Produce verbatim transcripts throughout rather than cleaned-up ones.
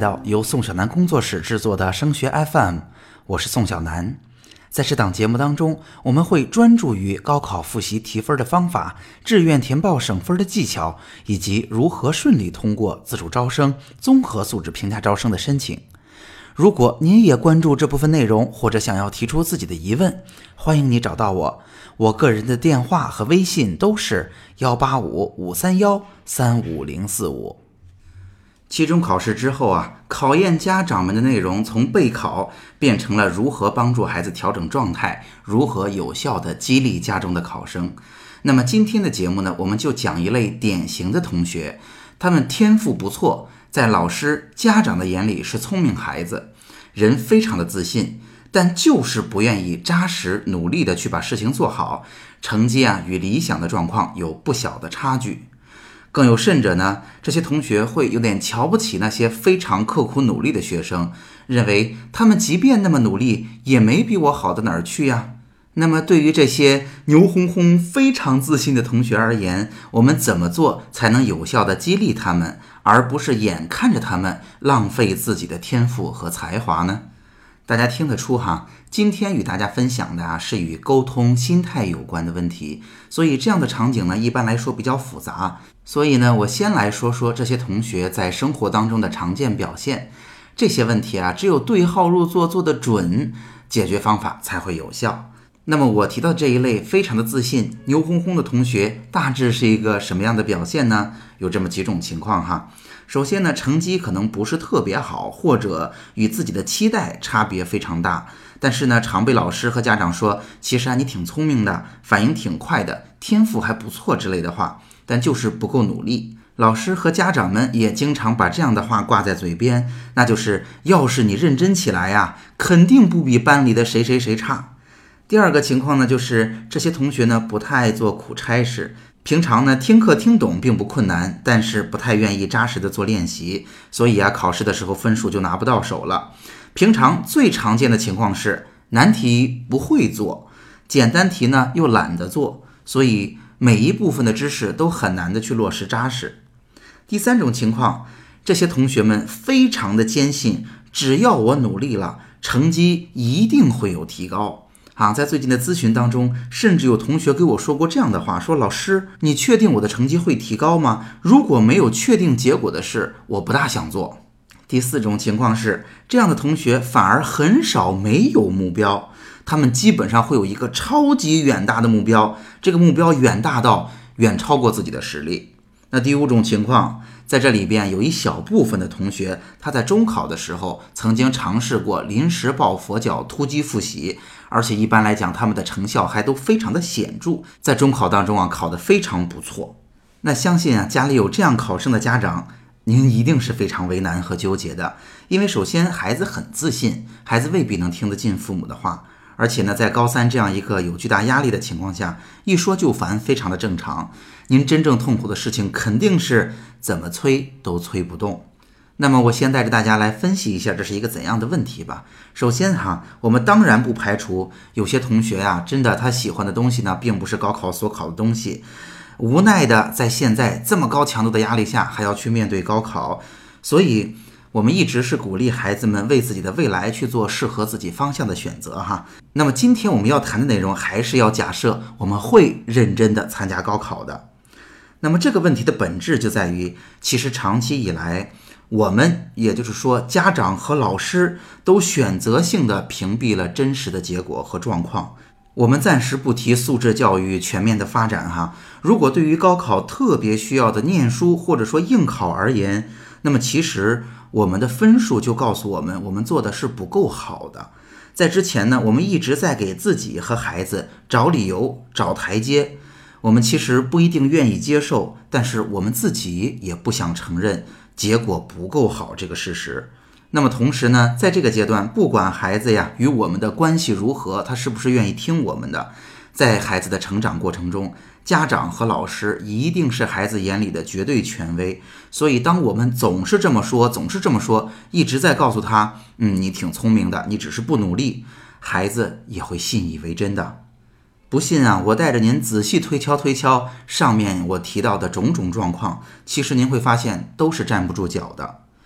到由宋小南工作室制作的升学 F M， 我是宋小南。在这档节目当中，我们会专注于高考复习提分的方法、志愿填报省分的技巧，以及如何顺利通过自主招生、综合素质评价招生的申请。如果您也关注这部分内容，或者想要提出自己的疑问，欢迎你找到我。我个人的电话和微信都是一八五五三一三五零四五。期中考试之后啊，考验家长们的内容从备考变成了如何帮助孩子调整状态，如何有效地激励家中的考生。那么今天的节目呢，我们就讲一类典型的同学，他们天赋不错，在老师、家长的眼里是聪明孩子，人非常的自信，但就是不愿意扎实努力的去把事情做好，成绩啊与理想的状况有不小的差距。更有甚者呢，这些同学会有点瞧不起那些非常刻苦努力的学生，认为他们即便那么努力，也没比我好到哪儿去呀。那么对于这些牛哄哄、非常自信的同学而言，我们怎么做才能有效地激励他们，而不是眼看着他们浪费自己的天赋和才华呢？大家听得出哈，今天与大家分享的啊是与沟通、心态有关的问题，所以这样的场景呢，一般来说比较复杂。所以呢，我先来说说这些同学在生活当中的常见表现。这些问题啊，只有对号入座做得准，解决方法才会有效。那么我提到这一类非常的自信、牛哄哄的同学，大致是一个什么样的表现呢？有这么几种情况哈。首先呢，成绩可能不是特别好，或者与自己的期待差别非常大，但是呢，常被老师和家长说，其实啊你挺聪明的，反应挺快的，天赋还不错之类的话，但就是不够努力。老师和家长们也经常把这样的话挂在嘴边，那就是要是你认真起来呀，肯定不比班里的谁谁谁差。第二个情况呢，就是这些同学呢不太爱做苦差事，平常呢听课听懂并不困难，但是不太愿意扎实的做练习，所以啊考试的时候分数就拿不到手了。平常最常见的情况是难题不会做，简单题呢又懒得做，所以每一部分的知识都很难的去落实扎实。第三种情况，这些同学们非常的坚信，只要我努力了，成绩一定会有提高。啊，在最近的咨询当中，甚至有同学给我说过这样的话，说老师，你确定我的成绩会提高吗？如果没有确定结果的事，我不大想做。第四种情况是，这样的同学反而很少没有目标，他们基本上会有一个超级远大的目标，这个目标远大到远超过自己的实力。那第五种情况，在这里边有一小部分的同学，他在中考的时候曾经尝试过临时抱佛脚、突击复习，而且一般来讲他们的成效还都非常的显著，在中考当中啊考得非常不错。那相信啊家里有这样考生的家长，您一定是非常为难和纠结的，因为首先孩子很自信，孩子未必能听得进父母的话，而且呢在高三这样一个有巨大压力的情况下，一说就烦非常的正常。您真正痛苦的事情肯定是怎么催都催不动。那么我先带着大家来分析一下这是一个怎样的问题吧。首先哈，我们当然不排除有些同学呀、啊，真的他喜欢的东西呢并不是高考所考的东西，无奈的在现在这么高强度的压力下还要去面对高考，所以我们一直是鼓励孩子们为自己的未来去做适合自己方向的选择哈。那么今天我们要谈的内容还是要假设我们会认真的参加高考的。那么这个问题的本质就在于，其实长期以来我们也就是说家长和老师都选择性的屏蔽了真实的结果和状况。我们暂时不提素质教育全面的发展哈，如果对于高考特别需要的念书或者说应考而言，那么其实我们的分数就告诉我们，我们做的是不够好的。在之前呢，我们一直在给自己和孩子找理由、找台阶，我们其实不一定愿意接受，但是我们自己也不想承认结果不够好这个事实。那么同时呢，在这个阶段，不管孩子呀与我们的关系如何，他是不是愿意听我们的，在孩子的成长过程中，家长和老师一定是孩子眼里的绝对权威。所以当我们总是这么说，总是这么说，一直在告诉他，嗯，你挺聪明的，你只是不努力，孩子也会信以为真的。不信啊，我带着您仔细推敲推敲上面我提到的种种状况，其实您会发现都是站不住脚的。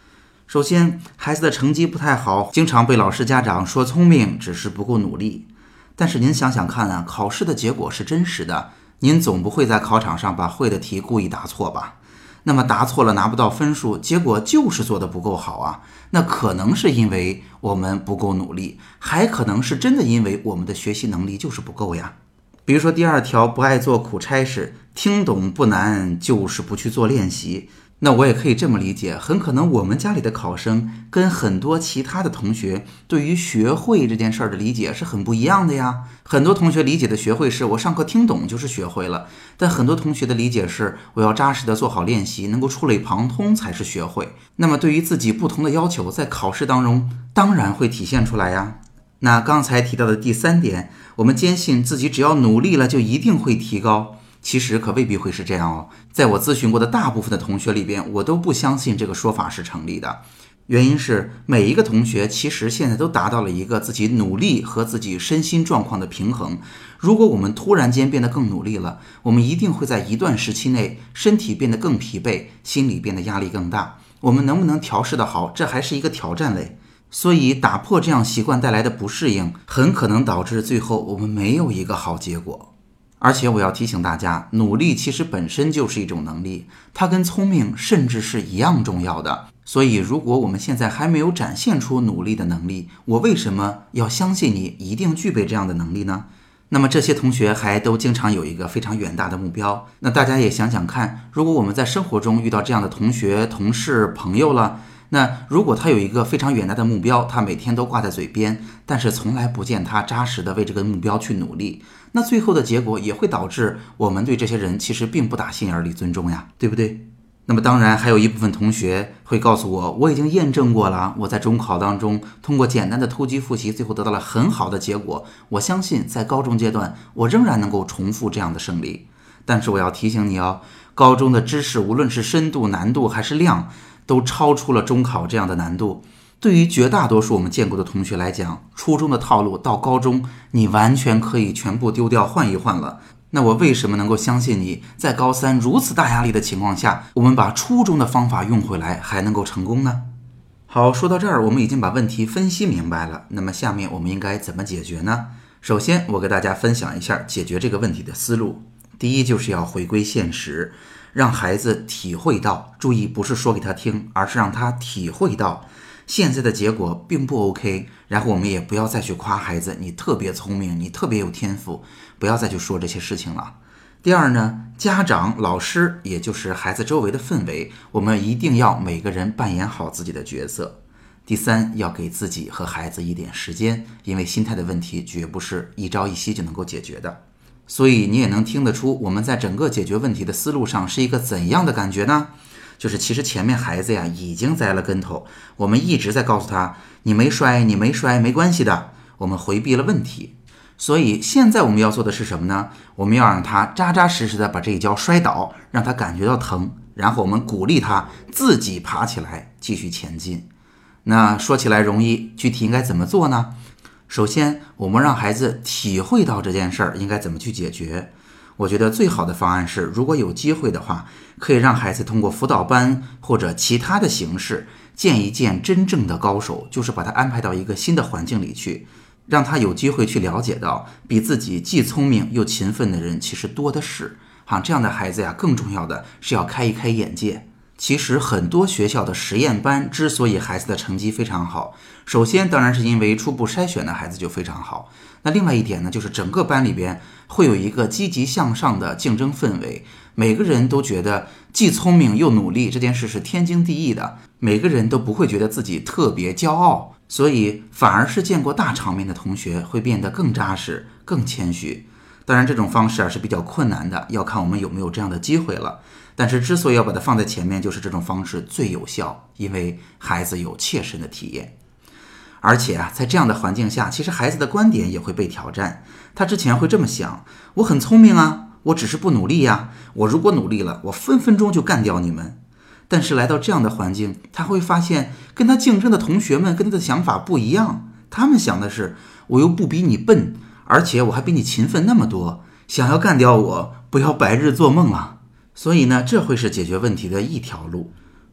首先，孩子的成绩不太好，经常被老师家长说聪明，只是不够努力。但是您想想看啊，考试的结果是真实的，您总不会在考场上把会的题故意答错吧？那么答错了拿不到分数，结果就是做得不够好啊。那可能是因为我们不够努力，还可能是真的因为我们的学习能力就是不够呀。比如说第二条，不爱做苦差事，听懂不难，就是不去做练习。那我也可以这么理解，很可能我们家里的考生跟很多其他的同学对于学会这件事儿的理解是很不一样的呀。很多同学理解的学会是我上课听懂就是学会了，但很多同学的理解是我要扎实的做好练习，能够触类旁通才是学会。那么对于自己不同的要求，在考试当中当然会体现出来呀。那刚才提到的第三点，我们坚信自己只要努力了就一定会提高，其实可未必会是这样哦。在我咨询过的大部分的同学里边，我都不相信这个说法是成立的。原因是每一个同学其实现在都达到了一个自己努力和自己身心状况的平衡。如果我们突然间变得更努力了，我们一定会在一段时期内身体变得更疲惫，心理变得压力更大。我们能不能调试得好，这还是一个挑战嘞。所以打破这样习惯带来的不适应，很可能导致最后我们没有一个好结果。而且我要提醒大家，努力其实本身就是一种能力，它跟聪明甚至是一样重要的。所以如果我们现在还没有展现出努力的能力，我为什么要相信你一定具备这样的能力呢？那么这些同学还都经常有一个非常远大的目标，那大家也想想看，如果我们在生活中遇到这样的同学、同事、朋友了，那如果他有一个非常远大的目标，他每天都挂在嘴边，但是从来不见他扎实的为这个目标去努力，那最后的结果也会导致我们对这些人其实并不打心眼里尊重呀，对不对？那么当然还有一部分同学会告诉我，我已经验证过了，我在中考当中通过简单的突击复习，最后得到了很好的结果，我相信在高中阶段我仍然能够重复这样的胜利。但是我要提醒你哦，高中的知识无论是深度、难度还是量，都超出了中考这样的难度。对于绝大多数我们见过的同学来讲，初中的套路到高中你完全可以全部丢掉换一换了。那我为什么能够相信你在高三如此大压力的情况下，我们把初中的方法用回来还能够成功呢？好，说到这儿，我们已经把问题分析明白了，那么下面我们应该怎么解决呢？首先我给大家分享一下解决这个问题的思路。第一，就是要回归现实，让孩子体会到，注意不是说给他听，而是让他体会到现在的结果并不 OK， 然后我们也不要再去夸孩子你特别聪明，你特别有天赋，不要再去说这些事情了。第二呢，家长、老师，也就是孩子周围的氛围，我们一定要每个人扮演好自己的角色。第三，要给自己和孩子一点时间，因为心态的问题绝不是一朝一夕就能够解决的。所以你也能听得出，我们在整个解决问题的思路上是一个怎样的感觉呢？就是其实前面孩子呀已经栽了跟头，我们一直在告诉他，你没摔，你没摔，没关系的，我们回避了问题。所以现在我们要做的是什么呢？我们要让他扎扎实实的把这一跤摔倒，让他感觉到疼，然后我们鼓励他自己爬起来继续前进。那说起来容易，具体应该怎么做呢？首先我们让孩子体会到这件事儿应该怎么去解决。我觉得最好的方案是，如果有机会的话，可以让孩子通过辅导班或者其他的形式见一见真正的高手，就是把他安排到一个新的环境里去，让他有机会去了解到比自己既聪明又勤奋的人其实多的是。啊，这样的孩子呀，更重要的是要开一开眼界。其实很多学校的实验班之所以孩子的成绩非常好，首先当然是因为初步筛选的孩子就非常好。那另外一点呢，就是整个班里边会有一个积极向上的竞争氛围，每个人都觉得既聪明又努力这件事是天经地义的，每个人都不会觉得自己特别骄傲，所以反而是见过大场面的同学会变得更扎实、更谦虚。当然这种方式啊是比较困难的，要看我们有没有这样的机会了。但是之所以要把它放在前面，就是这种方式最有效，因为孩子有切身的体验。而且啊，在这样的环境下，其实孩子的观点也会被挑战。他之前会这么想，我很聪明啊，我只是不努力呀，我如果努力了，我分分钟就干掉你们。但是来到这样的环境，他会发现跟他竞争的同学们跟他的想法不一样，他们想的是，我又不比你笨，而且我还比你勤奋那么多，想要干掉我，不要白日做梦了。所以呢，这会是解决问题的一条路。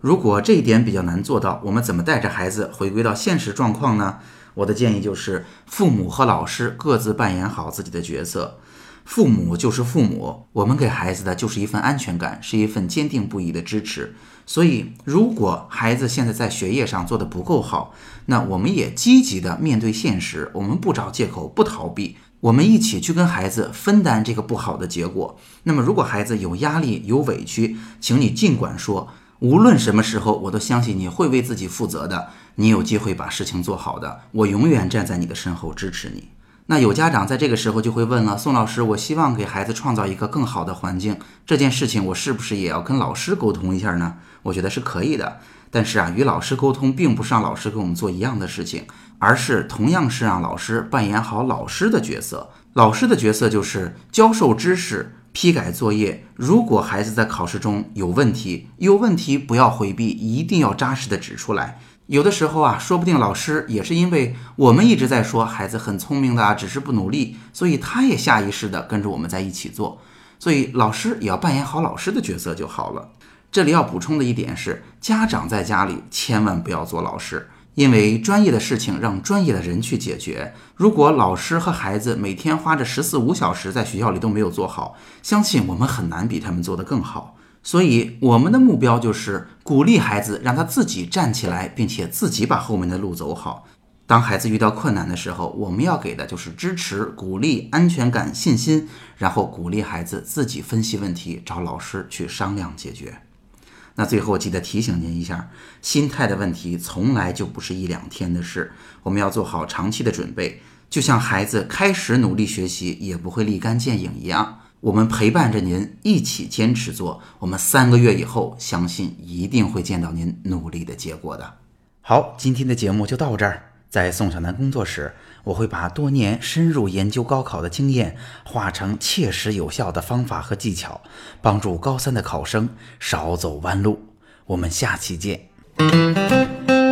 如果这一点比较难做到，我们怎么带着孩子回归到现实状况呢？我的建议就是父母和老师各自扮演好自己的角色。父母就是父母，我们给孩子的就是一份安全感，是一份坚定不移的支持。所以如果孩子现在在学业上做得不够好，那我们也积极的面对现实，我们不找借口，不逃避，我们一起去跟孩子分担这个不好的结果。那么如果孩子有压力有委屈，请你尽管说，无论什么时候我都相信你会为自己负责的，你有机会把事情做好的，我永远站在你的身后支持你。那有家长在这个时候就会问了，宋老师，我希望给孩子创造一个更好的环境，这件事情我是不是也要跟老师沟通一下呢？我觉得是可以的，但是啊，与老师沟通并不是让老师跟我们做一样的事情，而是同样是让老师扮演好老师的角色。老师的角色就是教授知识，批改作业。如果孩子在考试中有问题，有问题不要回避，一定要扎实的指出来。有的时候啊，说不定老师也是因为我们一直在说孩子很聪明的啊，只是不努力，所以他也下意识的跟着我们在一起做。所以老师也要扮演好老师的角色就好了。这里要补充的一点是，家长在家里千万不要做老师，因为专业的事情让专业的人去解决。如果老师和孩子每天花着十四五小时在学校里都没有做好，相信我们很难比他们做得更好。所以我们的目标就是鼓励孩子，让他自己站起来，并且自己把后面的路走好。当孩子遇到困难的时候，我们要给的就是支持、鼓励、安全感、信心，然后鼓励孩子自己分析问题，找老师去商量解决。那最后记得提醒您一下，心态的问题从来就不是一两天的事，我们要做好长期的准备。就像孩子开始努力学习也不会立竿见影一样，我们陪伴着您一起坚持做，我们三个月以后相信一定会见到您努力的结果的。好，今天的节目就到这儿。在宋小南工作室，我会把多年深入研究高考的经验化成切实有效的方法和技巧，帮助高三的考生少走弯路。我们下期见。